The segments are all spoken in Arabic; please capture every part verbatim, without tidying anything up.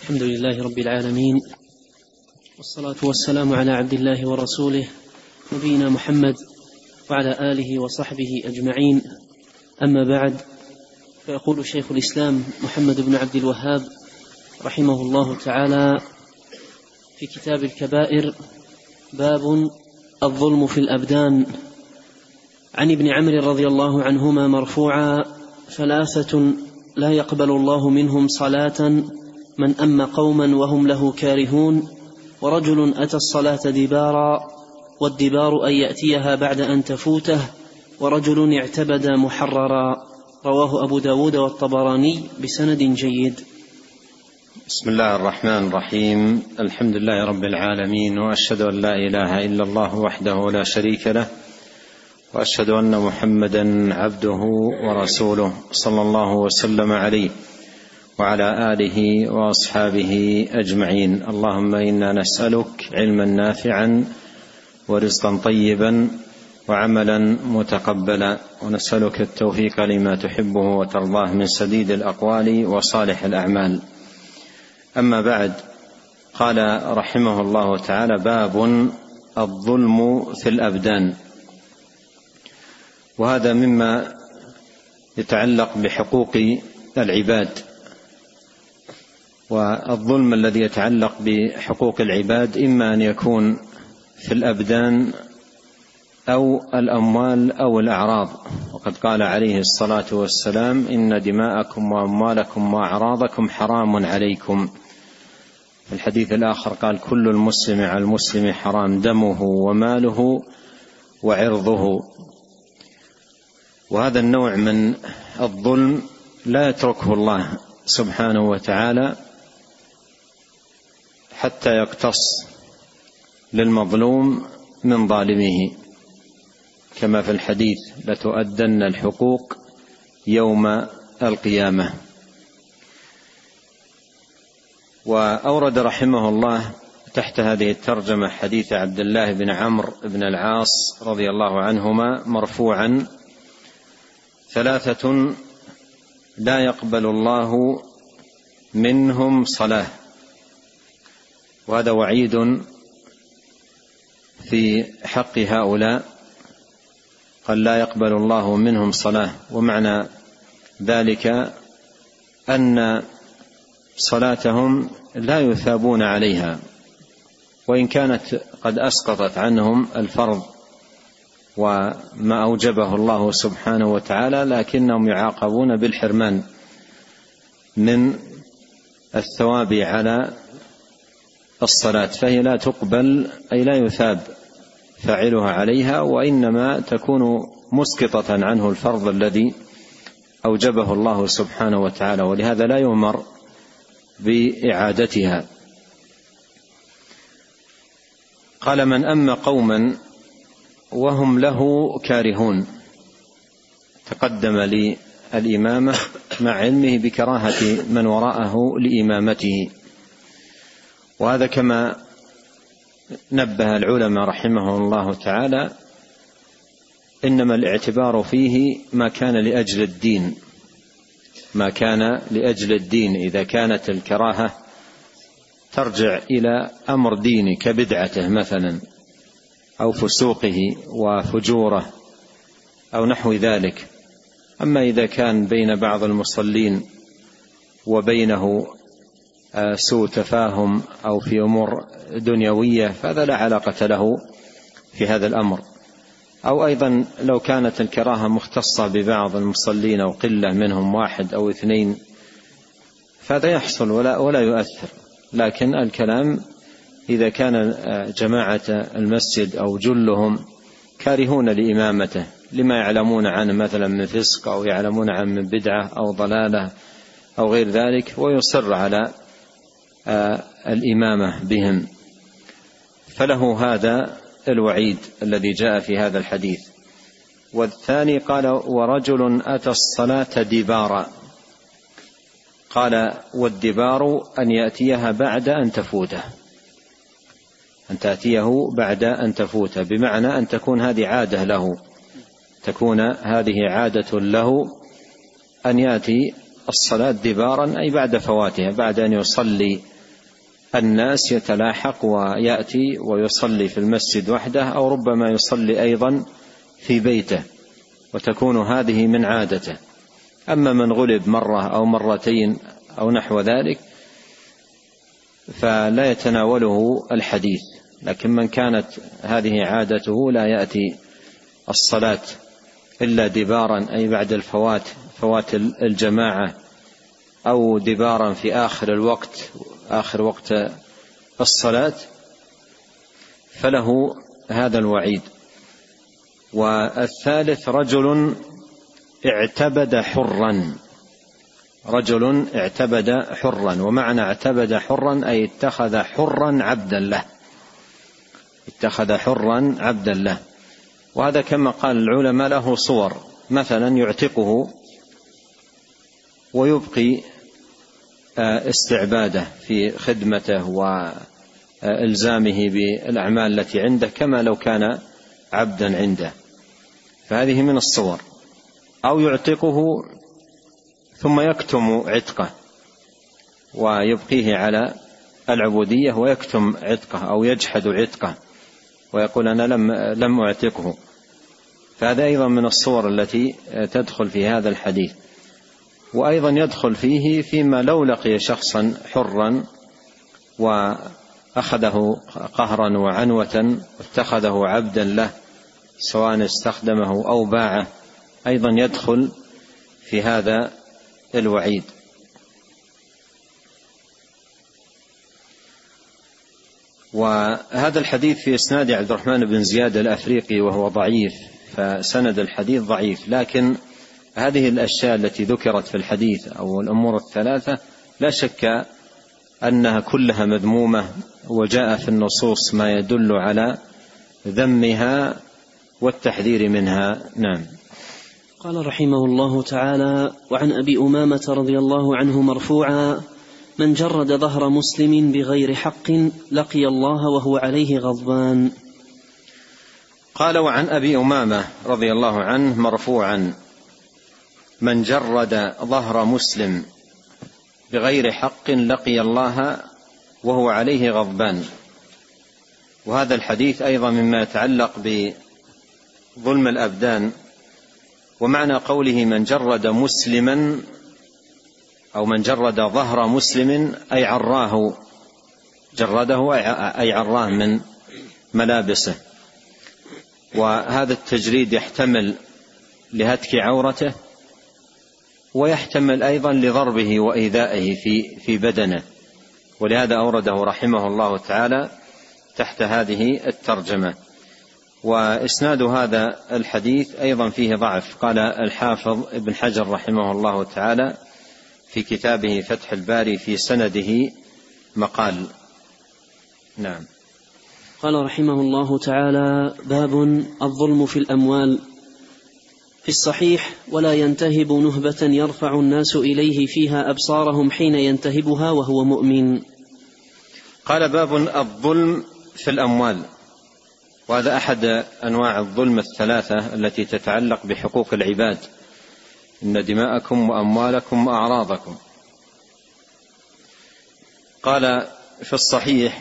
الحمد لله رب العالمين، والصلاة والسلام على عبد الله ورسوله نبينا محمد وعلى آله وصحبه أجمعين. أما بعد، فيقول شيخ الإسلام محمد بن عبد الوهاب رحمه الله تعالى في كتاب الكبائر: باب الظلم في الأبدان. عن ابن عمرو رضي الله عنهما مرفوعا: ثلاثة لا يقبل الله منهم صلاة: من أم قوما وهم له كارهون، ورجل أتى الصلاة دبارا، والدبار أن يأتيها بعد أن تفوته، ورجل اعتبد محررا. رواه أبو داود والطبراني بسند جيد. بسم الله الرحمن الرحيم. الحمد لله رب العالمين، وأشهد أن لا إله إلا الله وحده لا شريك له، وأشهد أن محمدا عبده ورسوله صلى الله وسلم عليه وعلى آله وأصحابه أجمعين. اللهم إنا نسألك علما نافعا ورزقا طيبا وعملا متقبلا، ونسألك التوفيق لما تحبه وترضاه من سديد الأقوال وصالح الأعمال. أما بعد، قال رحمه الله تعالى: باب الظلم في الأبدان. وهذا مما يتعلق بحقوق العباد، والظلم الذي يتعلق بحقوق العباد إما أن يكون في الأبدان أو الأموال أو الأعراض. وقد قال عليه الصلاة والسلام: إن دماءكم وأموالكم وأعراضكم حرام عليكم. في الحديث الآخر قال: كل المسلم على المسلم حرام دمه وماله وعرضه. وهذا النوع من الظلم لا يتركه الله سبحانه وتعالى حتى يقتص للمظلوم من ظالمه، كما في الحديث: لتؤدن الحقوق يوم القيامة. وأورد رحمه الله تحت هذه الترجمة حديث عبد الله بن عمرو بن العاص رضي الله عنهما مرفوعا: ثلاثة لا يقبل الله منهم صلاة. وهذا وعيد في حق هؤلاء، قال: لا يقبل الله منهم صلاة. ومعنى ذلك أن صلاتهم لا يثابون عليها، وإن كانت قد أسقطت عنهم الفرض وما أوجبه الله سبحانه وتعالى، لكنهم يعاقبون بالحرمان من الثواب على الصلاة، فهي لا تقبل، أي لا يثاب فاعلها عليها، وإنما تكون مسقطة عنه الفرض الذي أوجبه الله سبحانه وتعالى، ولهذا لا يؤمر بإعادتها. قال: من أم قوما وهم له كارهون. تقدم لي الإمامة مع علمه بكراهة من وراءه لإمامته، وهذا كما نبه العلماء رحمه الله تعالى إنما الاعتبار فيه ما كان لأجل الدين، ما كان لأجل الدين. إذا كانت الكراهة ترجع إلى أمر ديني كبدعته مثلا، أو فسوقه وفجوره أو نحو ذلك. أما إذا كان بين بعض المصلين وبينه سوء تفاهم أو في أمور دنيوية، فهذا لا علاقة له في هذا الأمر. أو أيضا لو كانت الكراهة مختصة ببعض المصلين أو قلة منهم، واحد أو اثنين، فهذا يحصل ولا, ولا يؤثر. لكن الكلام إذا كان جماعة المسجد أو جلهم كارهون لإمامته لما يعلمون عنه مثلا من فسق، أو يعلمون عنه من بدعة أو ضلالة أو غير ذلك، ويصر على الإمامة بهم، فله هذا الوعيد الذي جاء في هذا الحديث. والثاني قال: ورجل أتى الصلاة دبارا. قال: والدبار أن يأتيها بعد أن تفوته، أن تأتيه بعد أن تفوته، بمعنى أن تكون هذه عادة له، تكون هذه عادة له أن يأتي الصلاة دبارا، أي بعد فواتها، بعد أن يصلي الناس يتلاحق ويأتي ويصلي في المسجد وحده، أو ربما يصلي أيضا في بيته، وتكون هذه من عادته. أما من غلب مرة أو مرتين أو نحو ذلك فلا يتناوله الحديث، لكن من كانت هذه عادته لا يأتي الصلاة إلا دبارا، أي بعد الفوات، فوات الجماعة، أو دبارا في آخر الوقت، آخر وقت الصلاة، فله هذا الوعيد. والثالث رجل اعتبد حرا، رجل اعتبد حرا، ومعنى اعتبد حرا أي اتخذ حرا عبدا له، اتخذ حرا عبدا له. وهذا كما قال العلماء له صور، مثلا يعتقه ويبقي استعباده في خدمته وإلزامه بالأعمال التي عنده كما لو كان عبدا عنده، فهذه من الصور. أو يعتقه ثم يكتم عتقه ويبقيه على العبودية ويكتم عتقه، أو يجحد عتقه ويقول أنا لم, لم أعتقه، فهذا أيضا من الصور التي تدخل في هذا الحديث. وأيضا يدخل فيه فيما لو لقي شخصا حرا وأخذه قهرا وعنوة واتخذه عبدا له، سواء استخدمه أو باعه، أيضا يدخل في هذا الوعيد. وهذا الحديث في إسناد عبد الرحمن بن زياد الأفريقي وهو ضعيف، فسند الحديث ضعيف، لكن هذه الأشياء التي ذكرت في الحديث أو الأمور الثلاثة لا شك أنها كلها مذمومة، وجاء في النصوص ما يدل على ذمها والتحذير منها. نعم. قال رحمه الله تعالى: وعن أبي أمامة رضي الله عنه مرفوعا: من جرد ظهر مسلم بغير حق لقي الله وهو عليه غضبان. قال: وعن أبي أمامة رضي الله عنه مرفوعا: من جرد ظهر مسلم بغير حق لقي الله وهو عليه غضبان. وهذا الحديث أيضا مما يتعلق بظلم الأبدان. ومعنى قوله من جرد مسلما أو من جرد ظهر مسلم أي عراه، جرده أي عراه من ملابسه. وهذا التجريد يحتمل لهتك عورته، ويحتمل أيضا لضربه وإيذائه في في بدنه، ولهذا أورده رحمه الله تعالى تحت هذه الترجمة. وإسناد هذا الحديث أيضا فيه ضعف. قال الحافظ ابن حجر رحمه الله تعالى في كتابه فتح الباري: في سنده مقال. نعم. قال رحمه الله تعالى: باب الظلم في الأموال. في الصحيح: ولا ينتهب نهبة يرفع الناس إليه فيها أبصارهم حين ينتهبها وهو مؤمن. قال: باب الظلم في الأموال. وهذا أحد أنواع الظلم الثلاثة التي تتعلق بحقوق العباد: إن دماءكم وأموالكم وأعراضكم. قال في الصحيح: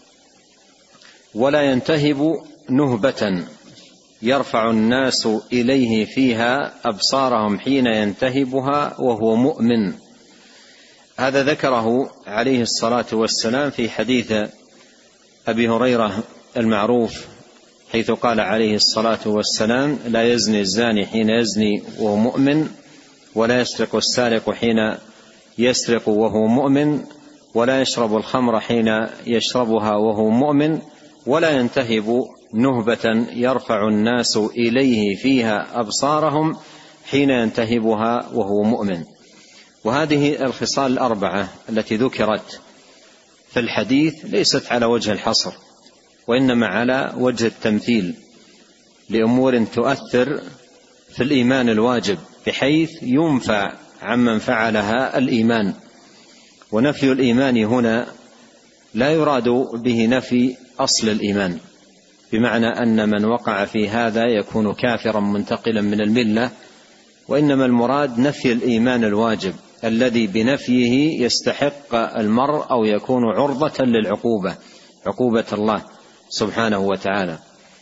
ولا ينتهب نهبة يرفع الناس إليه فيها أبصارهم حين ينتهبها وهو مؤمن. هذا ذكره عليه الصلاة والسلام في حديث أبي هريرة المعروف، حيث قال عليه الصلاة والسلام: لا يزني الزاني حين يزني وهو مؤمن، ولا يسرق السارق حين يسرق وهو مؤمن، ولا يشرب الخمر حين يشربها وهو مؤمن، ولا ينتهب نهبة يرفع الناس إليه فيها أبصارهم حين ينتهبها وهو مؤمن. وهذه الخصال الأربعة التي ذكرت في الحديث ليست على وجه الحصر، وإنما على وجه التمثيل لأمور تؤثر في الإيمان الواجب، بحيث ينفع عمن فعلها الإيمان. ونفي الإيمان هنا لا يراد به نفي أصل الإيمان، بمعنى أن من وقع في هذا يكون كافرا منتقلا من الملة، وإنما المراد نفي الإيمان الواجب الذي بنفيه يستحق المرء أو يكون عرضة للعقوبة، عقوبة الله سبحانه وتعالى.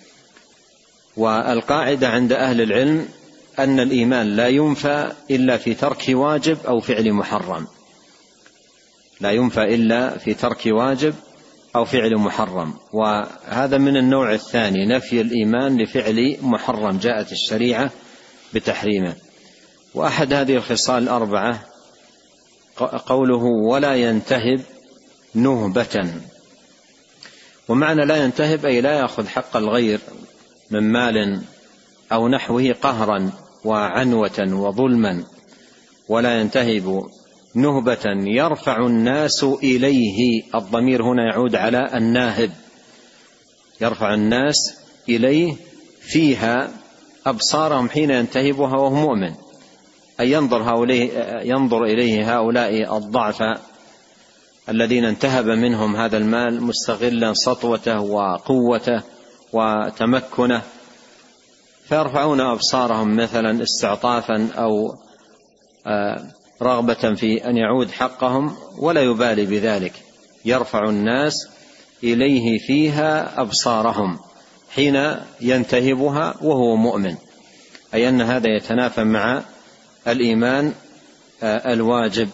والقاعدة عند أهل العلم أن الإيمان لا ينفى إلا في ترك واجب أو فعل محرم، لا ينفى إلا في ترك واجب أو فعل محرم، وهذا من النوع الثاني، نفي الإيمان لفعل محرم جاءت الشريعة بتحريمه. وأحد هذه الخصال الأربعة قوله ولا ينتهب نهبة، ومعنى لا ينتهب أي لا يأخذ حق الغير من مال أو نحوه قهرا وعنوة وظلما. ولا ينتهب نهبة يرفع الناس إليه، الضمير هنا يعود على الناهب، يرفع الناس إليه فيها أبصارهم حين ينتهبها وهو مؤمن، أي ينظر, ينظر إليه هؤلاء الضعفاء الذين انتهب منهم هذا المال مستغلا سطوته وقوته وتمكنه، فيرفعون أبصارهم مثلا استعطافا أو رغبة في أن يعود حقهم ولا يبالي بذلك، يرفع الناس إليه فيها أبصارهم حين ينتهبها وهو مؤمن، أي أن هذا يتنافى مع الإيمان الواجب.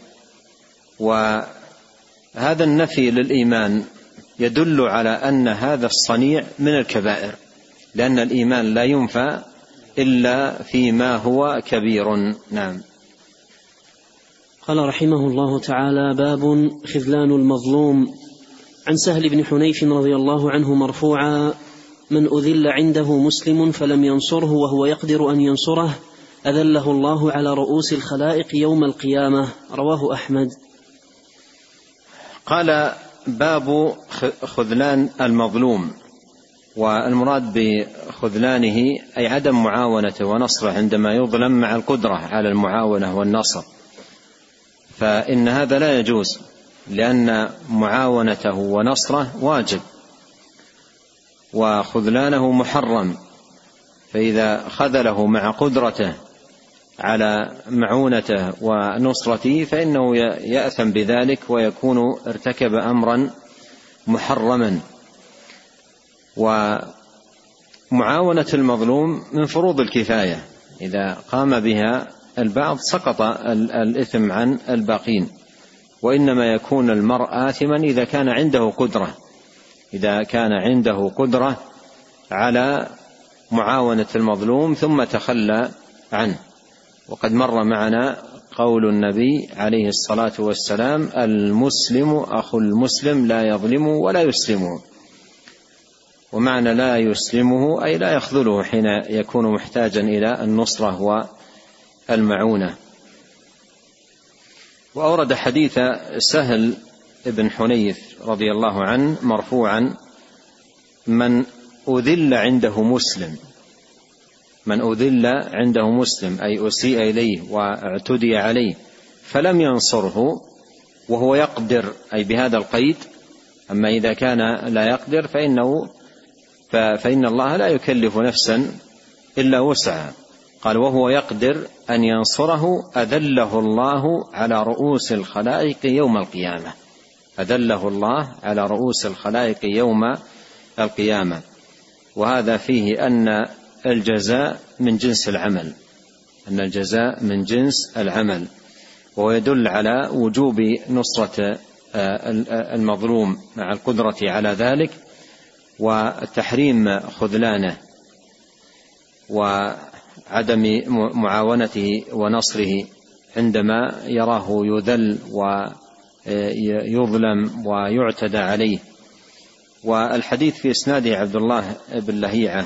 وهذا النفي للإيمان يدل على أن هذا الصنيع من الكبائر، لأن الإيمان لا ينفى إلا فيما هو كبير. نعم. قال رحمه الله تعالى: باب خذلان المظلوم. عن سهل بن حنيف رضي الله عنه مرفوعا: من أذل عنده مسلم فلم ينصره وهو يقدر أن ينصره أذله الله على رؤوس الخلائق يوم القيامة. رواه أحمد. قال: باب خذلان المظلوم، والمراد بخذلانه أي عدم معاونته ونصره عندما يظلم مع القدرة على المعاونة والنصر، فإن هذا لا يجوز، لأن معاونته ونصره واجب وخذلانه محرم، فإذا خذله مع قدرته على معونته ونصرته فإنه يأثم بذلك ويكون ارتكب أمرا محرما. ومعاونة المظلوم من فروض الكفاية، إذا قام بها البعض سقط الإثم عن الباقين، وإنما يكون المرء آثما إذا كان عنده قدرة إذا كان عنده قدرة على معاونة المظلوم ثم تخلى عنه. وقد مر معنا قول النبي عليه الصلاة والسلام: المسلم أخو المسلم لا يظلمه ولا يسلمه. ومعنى لا يسلمه أي لا يخذله حين يكون محتاجا إلى النصرة والمعونة. وأورد حديث سهل بن حنيف رضي الله عنه مرفوعا: من أذل عنده مسلم من أذل عنده مسلم أي أسيء إليه واعتدي عليه فلم ينصره وهو يقدر، أي بهذا القيد. أما إذا كان لا يقدر فإنه فإن الله لا يكلف نفسا إلا وسعها. قال: وهو يقدر أن ينصره أذله الله على رؤوس الخلائق يوم القيامة. أذله الله على رؤوس الخلائق يوم القيامة. وهذا فيه أن الجزاء من جنس العمل أن الجزاء من جنس العمل ويدل على وجوب نصرة المظلوم مع القدرة على ذلك، وتحريم خذلانه وعدم معاونته ونصره عندما يراه يذل ويظلم ويعتدى عليه. والحديث في إسناده عبد الله بن لهيعة،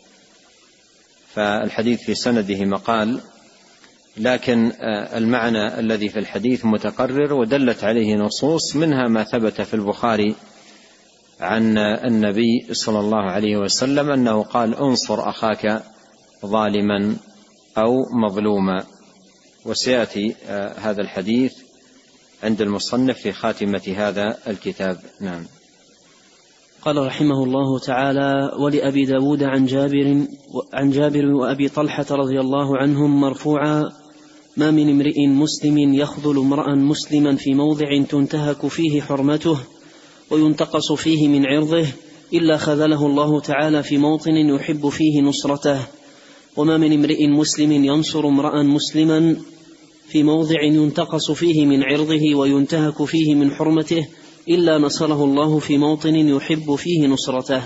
فالحديث في سنده مقال، لكن المعنى الذي في الحديث متقرر ودلت عليه نصوص، منها ما ثبت في البخاري عن النبي صلى الله عليه وسلم أنه قال: انصر أخاك ظالما أو مظلوما. وسيأتي هذا الحديث عند المصنف في خاتمة هذا الكتاب. نعم. قال رحمه الله تعالى: ولأبي داود عن جابر, عن جابر وأبي طلحة رضي الله عنهم مرفوعا: ما من امرئ مسلم يخذل امرأ مسلما في موضع تنتهك فيه حرمته وينتقص فيه من عرضه إلا خذله الله تعالى في موطن يحب فيه نصرته. وما من امرئ مسلم ينصر امرأ مسلما في موضع ينتقص فيه من عرضه وينتهك فيه من حرمته إلا نصره الله في موطن يحب فيه نصرته.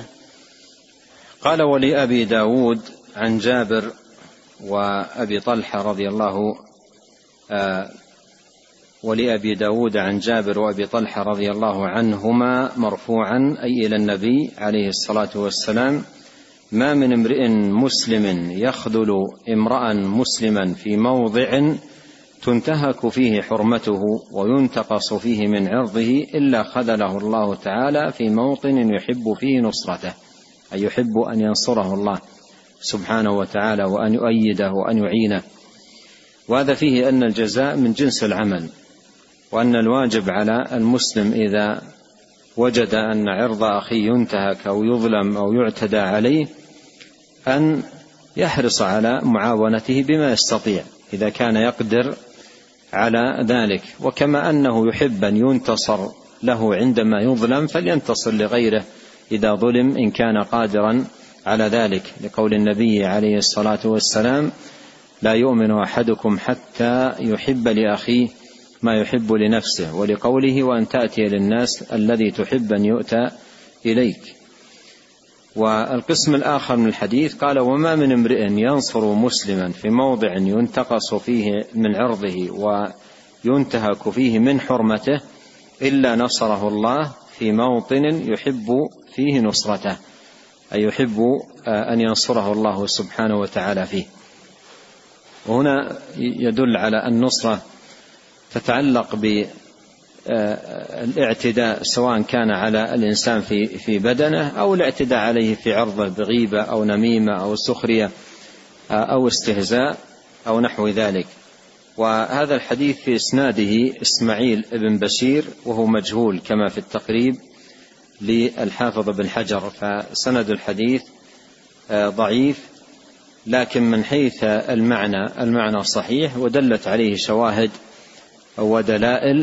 قال: ولأبي داود عن جابر وأبي طلحة رضي الله آه ولأبي داود عن جابر وأبي طلحة رضي الله عنهما مرفوعا أي إلى النبي عليه الصلاة والسلام: ما من امرئ مسلم يخذل امرأ مسلما في موضع تنتهك فيه حرمته وينتقص فيه من عرضه إلا خذله الله تعالى في موطن يحب فيه نصرته، أي يحب أن ينصره الله سبحانه وتعالى وأن يؤيده وأن يعينه. وهذا فيه أن الجزاء من جنس العمل، وأن الواجب على المسلم إذا وجد أن عرض أخيه ينتهك أو يظلم أو يعتدى عليه أن يحرص على معاونته بما يستطيع إذا كان يقدر على ذلك. وكما أنه يحب أن ينتصر له عندما يظلم فلينتصر لغيره إذا ظلم إن كان قادرا على ذلك، لقول النبي عليه الصلاة والسلام: لا يؤمن أحدكم حتى يحب لأخيه ما يحب لنفسه، ولقوله: وأن تأتي للناس الذي تحب أن يؤتى إليك. والقسم الآخر من الحديث قال: وما من امرئ ينصر مسلما في موضع ينتقص فيه من عرضه وينتهك فيه من حرمته إلا نصره الله في موطن يحب فيه نصرته، أي يحب أن ينصره الله سبحانه وتعالى فيه. وهنا يدل على النصرة تتعلق بالاعتداء سواء كان على الإنسان في في بدنه أو الاعتداء عليه في عرضه بغيبة أو نميمة أو سخرية أو استهزاء أو نحو ذلك. وهذا الحديث في إسناده إسماعيل بن بشير وهو مجهول كما في التقريب للحافظ بن حجر، فسند الحديث ضعيف، لكن من حيث المعنى المعنى صحيح، ودلت عليه شواهد ودلائل.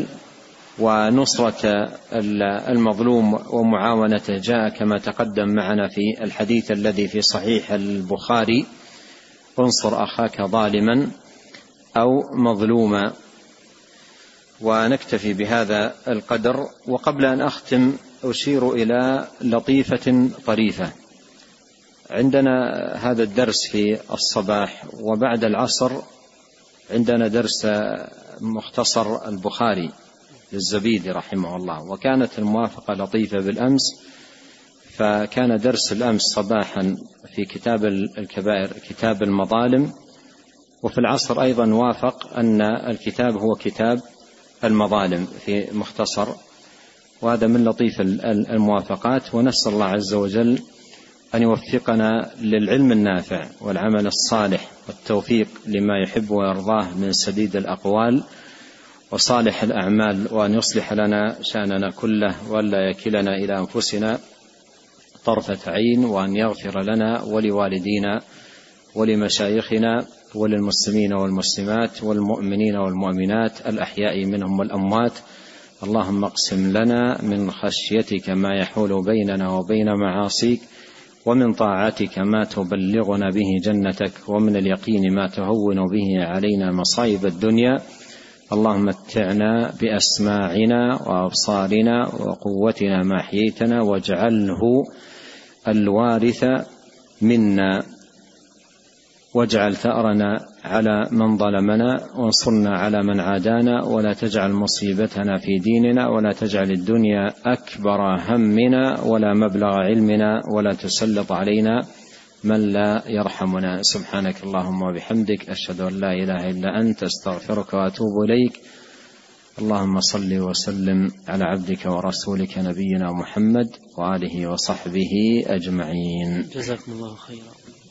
ونصرة المظلوم ومعاونته جاء كما تقدم معنا في الحديث الذي في صحيح البخاري: انصر أخاك ظالما أو مظلوما. ونكتفي بهذا القدر. وقبل أن أختم أشير إلى لطيفة طريفة. عندنا هذا الدرس في الصباح، وبعد العصر عندنا درس مختصر البخاري للزبيدي رحمه الله، وكانت الموافقة لطيفة بالأمس، فكان درس الأمس صباحا في كتاب الكبائر كتاب المظالم، وفي العصر أيضا وافق أن الكتاب هو كتاب المظالم في مختصر، وهذا من لطيف الموافقات. ونسأل الله عز وجل أن يوفقنا للعلم النافع والعمل الصالح والتوفيق لما يحب ويرضاه من سديد الأقوال وصالح الأعمال، وأن يصلح لنا شأننا كله ولا يكلنا إلى أنفسنا طرفة عين، وأن يغفر لنا ولوالدينا ولمشايخنا وللمسلمين والمسلمات والمؤمنين والمؤمنات الأحياء منهم والأموات. اللهم اقسم لنا من خشيتك ما يحول بيننا وبين معاصيك، ومن طاعتك ما تبلغنا به جنتك، ومن اليقين ما تهون به علينا مصائب الدنيا. اللهم متعنا بأسماعنا وأبصارنا وقوتنا ما أحييتنا، واجعله الوارث منا، واجعل ثأرنا على من ظلمنا، وانصرنا على من عادانا، ولا تجعل مصيبتنا في ديننا، ولا تجعل الدنيا أكبر همنا ولا مبلغ علمنا، ولا تسلط علينا من لا يرحمنا. سبحانك اللهم وبحمدك، أشهد أن لا إله إلا أنت، أستغفرك وأتوب إليك. اللهم صل وسلم على عبدك ورسولك نبينا محمد وآله وصحبه أجمعين. جزاكم الله خيرا.